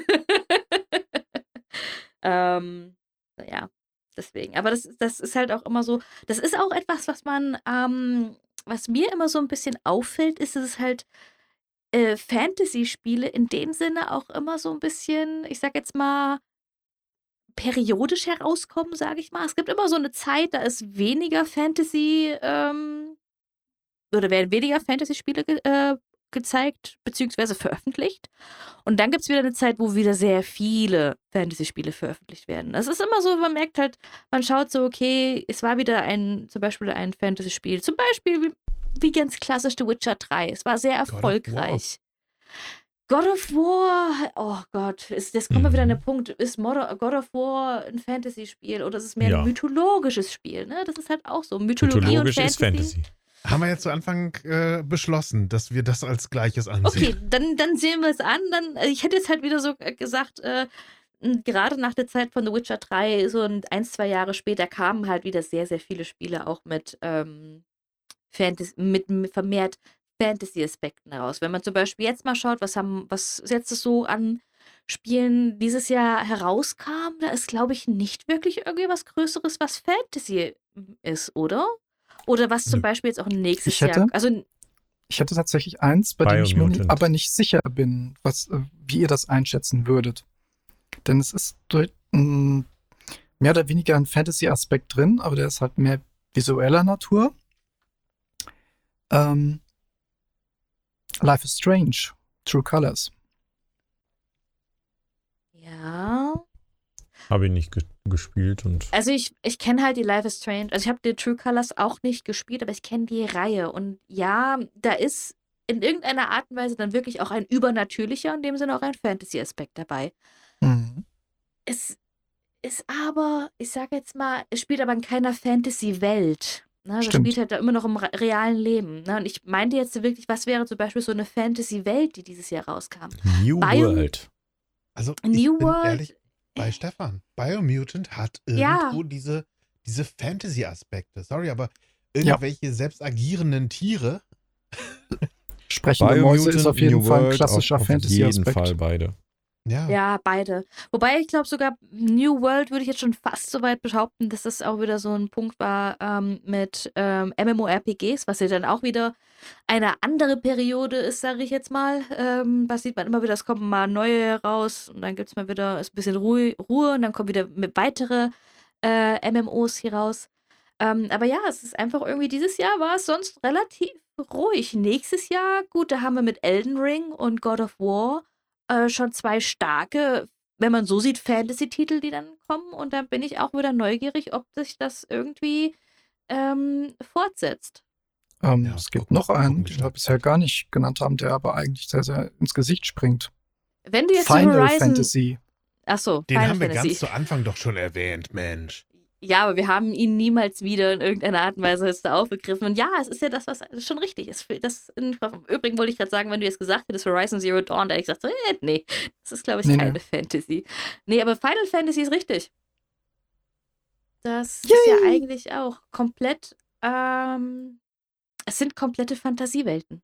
ähm, ja, deswegen. Aber das, das ist halt auch immer so, das ist auch etwas, was man, ähm, was mir immer so ein bisschen auffällt, ist, dass es halt äh, Fantasy-Spiele in dem Sinne auch immer so ein bisschen, ich sag jetzt mal, periodisch herauskommen, sage ich mal. Es gibt immer so eine Zeit, da ist weniger Fantasy, ähm, oder werden weniger Fantasy-Spiele ge äh, gezeigt, beziehungsweise veröffentlicht. Und dann gibt es wieder eine Zeit, wo wieder sehr viele Fantasy-Spiele veröffentlicht werden. Das ist immer so, man merkt halt, man schaut so, okay, es war wieder ein, zum Beispiel ein Fantasy-Spiel. Zum Beispiel wie, wie ganz klassisch The Witcher drei. Es war sehr God of War. erfolgreich. God of War, oh Gott, ist, jetzt kommen wir wieder an den Mhm. Punkt, ist Mod- God of War ein Fantasy-Spiel oder ist es mehr Ja. ein mythologisches Spiel? Ne? Das ist halt auch so. Mythologie Mythologisch und ist Fantasy. Haben wir ja zu Anfang äh, beschlossen, dass wir das als Gleiches ansehen. Okay, dann, dann sehen wir es an. Dann, äh, ich hätte jetzt halt wieder so äh, gesagt, äh, m, gerade nach der Zeit von The Witcher drei, so ein, ein, zwei Jahre später, kamen halt wieder sehr, sehr viele Spiele auch mit, ähm, Fantasy, mit, mit vermehrt Fantasy-Aspekten heraus. Wenn man zum Beispiel jetzt mal schaut, was haben, was jetzt so an Spielen dieses Jahr herauskam, da ist, glaube ich, nicht wirklich irgendwie was Größeres, was Fantasy ist, oder? Oder was zum Nö. Beispiel jetzt auch nächstes Ich hätte- Jahr. Also, Ich hätte tatsächlich eins, bei dem ich mir Biomutant. aber nicht sicher bin, was, äh, wie ihr das einschätzen würdet. Denn es ist durch, mh, mehr oder weniger ein Fantasy-Aspekt drin, aber der ist halt mehr visueller Natur. Ähm, Life is Strange, True Colors. ja. Habe ich nicht ge gespielt und Also ich, ich kenne halt die Life is Strange. Also ich habe die True Colors auch nicht gespielt, aber ich kenne die Reihe. Und ja, da ist in irgendeiner Art und Weise dann wirklich auch ein übernatürlicher, in dem Sinne auch ein Fantasy-Aspekt dabei. Mhm. Es ist aber, ich sage jetzt mal, es spielt aber in keiner Fantasy-Welt. Ne? Das Stimmt. spielt halt da immer noch im re- realen Leben. Ne? Und ich meinte jetzt wirklich, was wäre zum Beispiel so eine Fantasy-Welt, die dieses Jahr rauskam? New Bio- World. Also ich New bin World. ehrlich bei Stefan. Biomutant hat Ja. irgendwo diese, diese Fantasy-Aspekte. Sorry, aber irgendwelche selbst agierenden Tiere. Sprechende Mäuse ist Biomutant, auf jeden New Fall ein World, klassischer auf, auf jeden Fantasy-Aspekt. Fall beide. Ja. Ja, beide. Wobei ich glaube sogar New World würde ich jetzt schon fast so weit behaupten, dass das auch wieder so ein Punkt war ähm, mit ähm, MMORPGs, was ja dann auch wieder eine andere Periode ist, sage ich jetzt mal. Ähm, was sieht man immer wieder, es kommen mal neue heraus und dann gibt es mal wieder ist ein bisschen Ruhe, Ruhe und dann kommen wieder mit weitere äh, M M Os hier raus. Ähm, aber ja, es ist einfach irgendwie, dieses Jahr war es sonst relativ ruhig. Nächstes Jahr, gut, da haben wir mit Elden Ring und God of War äh, schon zwei starke, wenn man so sieht, Fantasy-Titel, die dann kommen. Und dann bin ich auch wieder neugierig, ob sich das irgendwie ähm, fortsetzt. Ähm, Ja, es gibt gucken- noch einen, gucken den wir gespannt. bisher gar nicht genannt haben, der aber eigentlich sehr, sehr ins Gesicht springt. Wenn du jetzt Final Horizon. Fantasy. Achso, Den Final haben wir Fantasy. ganz zu Anfang doch schon erwähnt, Mensch. Ja, aber wir haben ihn niemals wieder in irgendeiner Art und Weise jetzt da aufgegriffen. Und ja, es ist ja das, was das ist schon richtig ist. Das in, Im Übrigen wollte ich gerade sagen, wenn du jetzt gesagt hättest, Horizon Zero Dawn, da hätte ich gesagt, so, äh, nee, das ist, glaube ich, Nee, keine nee. Fantasy. Nee, aber Final Fantasy ist richtig. Das ist ja Yay! eigentlich auch komplett, ähm, es sind komplette Fantasiewelten.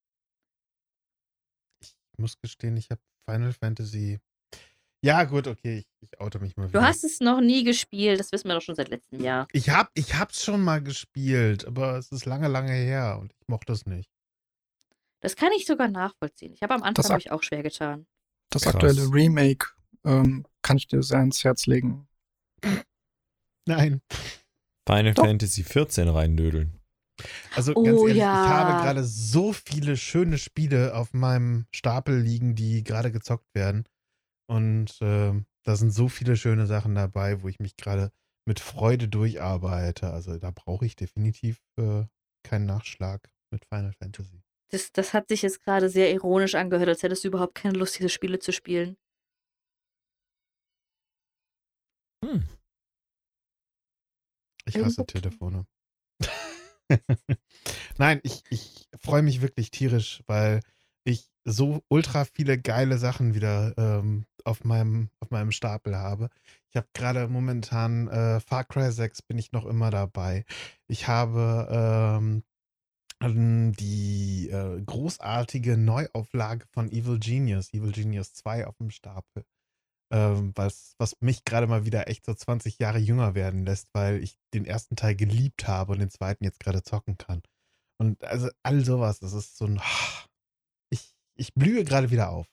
Ich muss gestehen, ich habe Final Fantasy. Ja, gut, okay, ich, ich oute mich mal Du wieder. hast es noch nie gespielt, das wissen wir doch schon seit letztem Jahr. Ich hab, ich hab's schon mal gespielt, aber es ist lange, lange her und ich mochte es nicht. Das kann ich sogar nachvollziehen. Ich habe am Anfang Das mich auch schwer getan. Das Krass. aktuelle Remake ähm, kann ich dir sehr ans Herz legen. Nein. Final Doch. Fantasy vierzehn reindödeln. Also Oh, ganz ehrlich, ja. ich habe gerade so viele schöne Spiele auf meinem Stapel liegen, die gerade gezockt werden. Und ähm, da sind so viele schöne Sachen dabei, wo ich mich gerade mit Freude durcharbeite. Also da brauche ich definitiv äh, keinen Nachschlag mit Final Fantasy. Das, das hat sich jetzt gerade sehr ironisch angehört, als hättest du überhaupt keine Lust, diese Spiele zu spielen. Hm. Ich Irgendwo- hasse Telefone. Nein, ich, ich freue mich wirklich tierisch, weil ich so ultra viele geile Sachen wieder ähm, auf, meinem, auf meinem Stapel habe. Ich habe gerade momentan äh, Far Cry sechs bin ich noch immer dabei. Ich habe ähm, ähm, die äh, großartige Neuauflage von Evil Genius, Evil Genius zwei auf dem Stapel. Ähm, was, was mich gerade mal wieder echt so zwanzig Jahre jünger werden lässt, weil ich den ersten Teil geliebt habe und den zweiten jetzt gerade zocken kann. Und also all sowas, das ist so ein. Ich, ich blühe gerade wieder auf.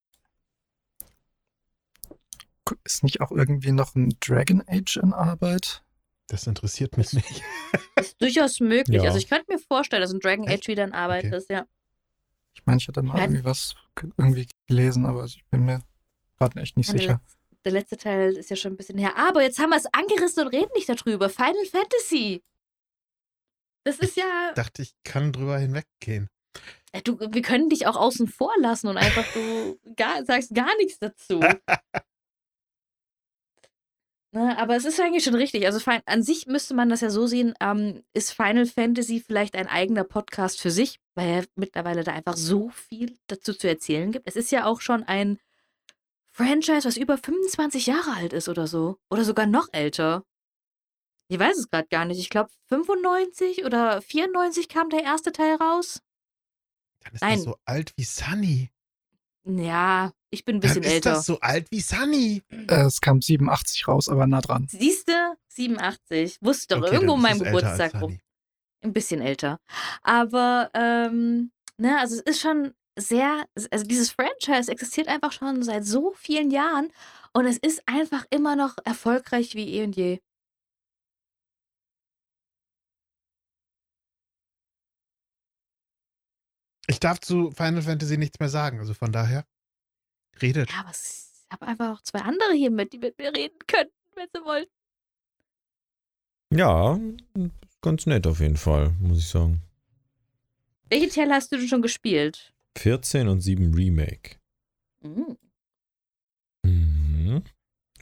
Ist nicht auch irgendwie noch ein Dragon Age in Arbeit? Das interessiert mich nicht. Ist durchaus möglich. Ja. Also ich könnte mir vorstellen, dass ein Dragon Echt? Age wieder in Arbeit Okay. ist, ja. Ich meine, ich hatte mal Ja. irgendwie was ge- irgendwie gelesen, aber ich bin mir gerade echt nicht Ja, der, sicher. letzte, der letzte Teil ist ja schon ein bisschen her. Aber jetzt haben wir es angerissen und reden nicht darüber. Final Fantasy. Das ist ja. Ich dachte, ich kann drüber hinweggehen. Ja, du, wir können dich auch außen vor lassen und einfach du gar, sagst gar nichts dazu. Ne, aber es ist eigentlich schon richtig. Also fin- an sich müsste man das ja so sehen, ähm, ist Final Fantasy vielleicht ein eigener Podcast für sich, weil ja mittlerweile da einfach so viel dazu zu erzählen gibt. Es ist ja auch schon ein Franchise, was über fünfundzwanzig Jahre alt ist oder so. Oder sogar noch älter. Ich weiß es gerade gar nicht. Ich glaube fünfundneunzig oder vierundneunzig kam der erste Teil raus. Dann ist Nein. das so alt wie Sunny. Ja, ich bin ein Dann bisschen ist älter. das so alt wie Sunny. Äh, es kam siebenundachtzig raus, aber nah dran. Siehste, siebenundachtzig. Wusste doch Okay, irgendwo dann um ist meinem es älter als Geburtstag rum. Sunny. Ein bisschen älter. Aber, ähm, ne, also es ist schon sehr, also dieses Franchise existiert einfach schon seit so vielen Jahren und es ist einfach immer noch erfolgreich wie eh und je. Ich darf zu Final Fantasy nichts mehr sagen, also von daher redet. Ja, aber es- ich habe einfach auch zwei andere hier mit, die mit mir reden könnten, wenn sie wollen. Ja, ganz nett auf jeden Fall, muss ich sagen. Welche Teile hast du denn schon gespielt? vierzehn und sieben Remake. Mhm. Mhm.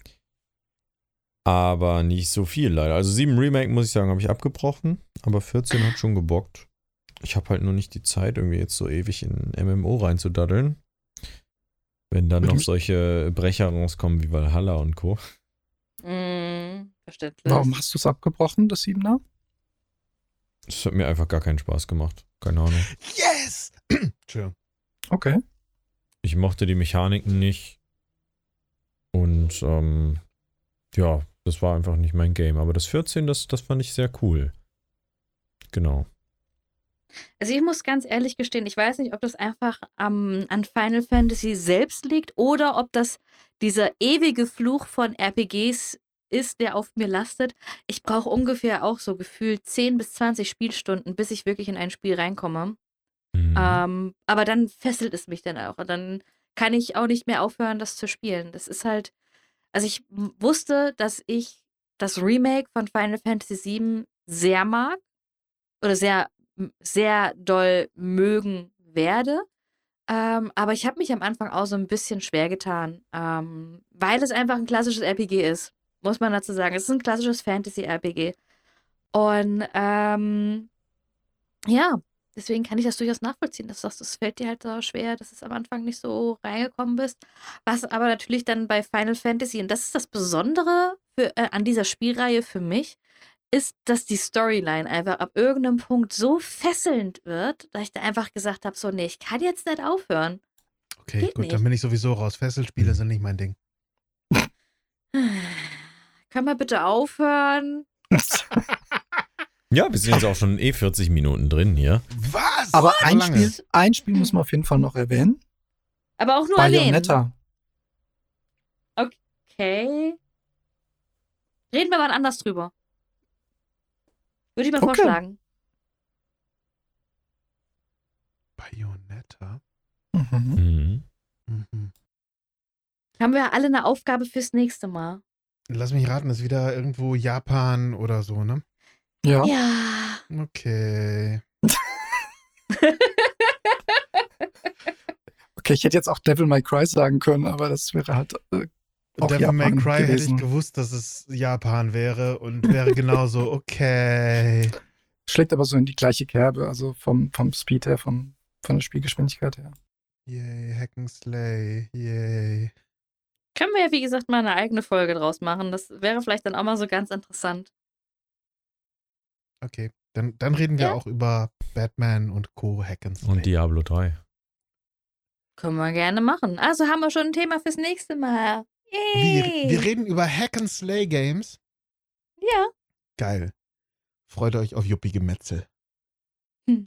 Aber nicht so viel leider. Also sieben Remake, muss ich sagen, habe ich abgebrochen. Aber vierzehn hat schon gebockt. Ich habe halt nur nicht die Zeit, irgendwie jetzt so ewig in M M O reinzudaddeln. Wenn dann noch solche Brecher rauskommen wie Valhalla und Co. Mhm. Verständlich. Warum hast du es abgebrochen, das Siebener? Das hat mir einfach gar keinen Spaß gemacht. Keine Ahnung. Yes! Entschuldigung. Okay. Ich mochte die Mechaniken nicht. Und ähm, ja, das war einfach nicht mein Game. Aber das vierzehn, das, das fand ich sehr cool. Genau. Also ich muss ganz ehrlich gestehen, ich weiß nicht, ob das einfach am, an Final Fantasy selbst liegt oder ob das dieser ewige Fluch von R P Gs ist, der auf mir lastet. Ich brauche ungefähr auch so gefühlt zehn bis zwanzig Spielstunden, bis ich wirklich in ein Spiel reinkomme. Mhm. Ähm, aber dann fesselt es mich dann auch. Und dann kann ich auch nicht mehr aufhören, das zu spielen. Das ist halt, also ich w- wusste, dass ich das Remake von Final Fantasy sieben sehr mag oder sehr, m- sehr doll mögen werde. Ähm, aber ich habe mich am Anfang auch so ein bisschen schwer getan, ähm, weil es einfach ein klassisches R P G ist, muss man dazu sagen. Es ist ein klassisches Fantasy-R P G. Und ähm, ja, deswegen kann ich das durchaus nachvollziehen, dass du sagst, es fällt dir halt so schwer, dass es am Anfang nicht so reingekommen bist. Was aber natürlich dann bei Final Fantasy, und das ist das Besondere für, äh, an dieser Spielreihe für mich, ist, dass die Storyline einfach ab irgendeinem Punkt so fesselnd wird, dass ich da einfach gesagt habe, so, nee, ich kann jetzt nicht aufhören. Okay, Geht gut, nicht. dann bin ich sowieso raus. Fesselspiele Mhm. sind nicht mein Ding. Können wir bitte aufhören? Ja, wir sind jetzt auch schon eh vierzig Minuten drin hier. Was? Aber So ein lange? Spiel, ein Spiel müssen wir auf jeden Fall noch erwähnen. Aber auch nur erwähnen. Bayonetta. Okay. Reden wir mal anders drüber. Würde ich mal Okay. vorschlagen. Bayonetta? Mhm. Mhm. Mhm. Haben wir alle eine Aufgabe fürs nächste Mal? Lass mich raten, ist wieder irgendwo Japan oder so, ne? Ja. Ja. Okay. Okay, ich hätte jetzt auch Devil May Cry sagen können, aber das wäre halt äh, auch Devil May Japan Cry hätte gewesen. ich gewusst, dass es Japan wäre und wäre genauso okay. Schlägt aber so in die gleiche Kerbe, also vom, vom Speed her, vom, von der Spielgeschwindigkeit her. Yay, Hack and Slay, yay. Können wir ja, wie gesagt, mal eine eigene Folge draus machen. Das wäre vielleicht dann auch mal so ganz interessant. Okay, dann, dann reden wir Ja. auch über Batman und Co. Hack and Slay. Und Diablo drei. Können wir gerne machen. Also haben wir schon ein Thema fürs nächste Mal. Wie, Yay. wir reden über Hack and Slay Games. Ja. Geil. Freut euch auf Juppie-Gemetzel. Hm.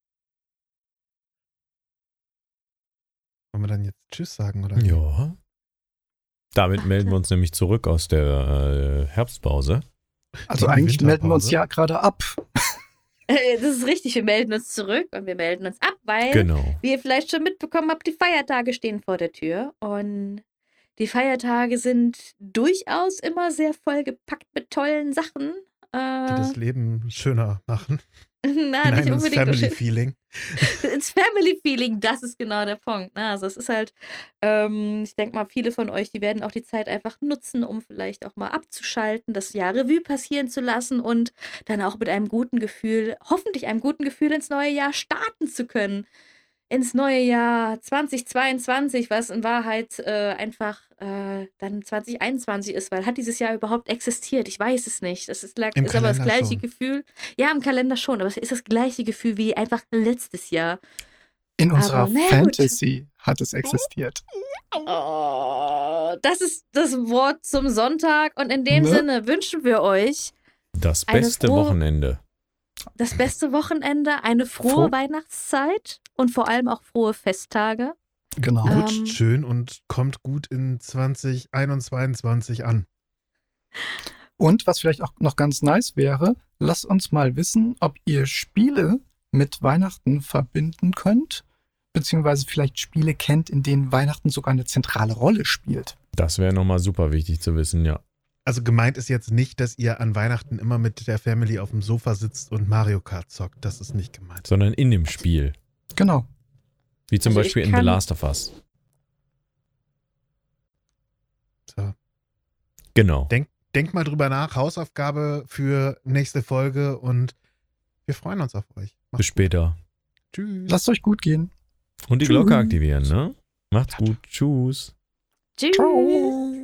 Wollen wir dann jetzt Tschüss sagen, oder? Ja. Damit melden wir uns nämlich zurück aus der äh, Herbstpause. Also Die eigentlich melden wir uns Winterpause. ja gerade ab. Äh, Das ist richtig. Wir melden uns zurück und wir melden uns ab, weil, Genau. wie ihr vielleicht schon mitbekommen habt, die Feiertage stehen vor der Tür. Und die Feiertage sind durchaus immer sehr vollgepackt mit tollen Sachen. Die Äh, das Leben schöner machen. na, Nein, nicht ins unbedingt. Family-Feeling. ins Family-Feeling, das ist genau der Punkt. Ne? Also es ist halt, ähm, ich denke mal, viele von euch, die werden auch die Zeit einfach nutzen, um vielleicht auch mal abzuschalten, das Jahr Revue passieren zu lassen und dann auch mit einem guten Gefühl, hoffentlich einem guten Gefühl ins neue Jahr starten zu können. Ins neue Jahr zwanzig zweiundzwanzig, was in Wahrheit äh, einfach äh, dann zwanzig einundzwanzig ist, weil hat dieses Jahr überhaupt existiert? Ich weiß es nicht. Das ist, lag- Im ist aber das Kalender gleiche schon. Gefühl. Ja, im Kalender schon, aber es ist das gleiche Gefühl wie einfach letztes Jahr. In unserer Aber na gut. Fantasy hat es existiert. Oh, das ist das Wort zum Sonntag und in dem Ne? Sinne wünschen wir euch Das Eine beste frohe- Wochenende. das beste Wochenende, eine frohe Froh- Weihnachtszeit und vor allem auch frohe Festtage. Genau. Ähm, Rutscht schön und kommt gut in zwanzig einundzwanzig an. Und was vielleicht auch noch ganz nice wäre, lasst uns mal wissen, ob ihr Spiele mit Weihnachten verbinden könnt, beziehungsweise vielleicht Spiele kennt, in denen Weihnachten sogar eine zentrale Rolle spielt. Das wäre nochmal super wichtig zu wissen, ja. Also gemeint ist jetzt nicht, dass ihr an Weihnachten immer mit der Family auf dem Sofa sitzt und Mario Kart zockt. Das ist nicht gemeint. Sondern in dem Spiel. Genau. Wie zum Also ich Beispiel in The kann- Last of Us. So. Genau. Denk, denk mal drüber nach. Hausaufgabe für nächste Folge und wir freuen uns auf euch. Macht's Bis später. Tschüss. Lasst euch gut gehen. Und die Tschüss. Glocke aktivieren, ne? Macht's gut. Tschüss. Tschüss. Ciao.